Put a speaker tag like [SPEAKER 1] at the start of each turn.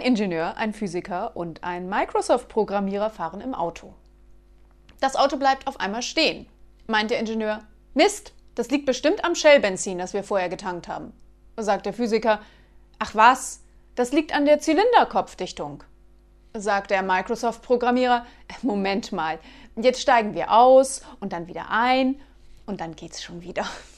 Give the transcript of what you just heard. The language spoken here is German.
[SPEAKER 1] Ingenieur, ein Physiker und ein Microsoft-Programmierer fahren im Auto. Das Auto bleibt auf einmal stehen. Meint der Ingenieur: Mist, das liegt bestimmt am Shell-Benzin, das wir vorher getankt haben. Sagt der Physiker: Ach was, das liegt an der Zylinderkopfdichtung. Sagt der Microsoft-Programmierer: Moment mal, jetzt steigen wir aus und dann wieder ein und dann geht's schon wieder.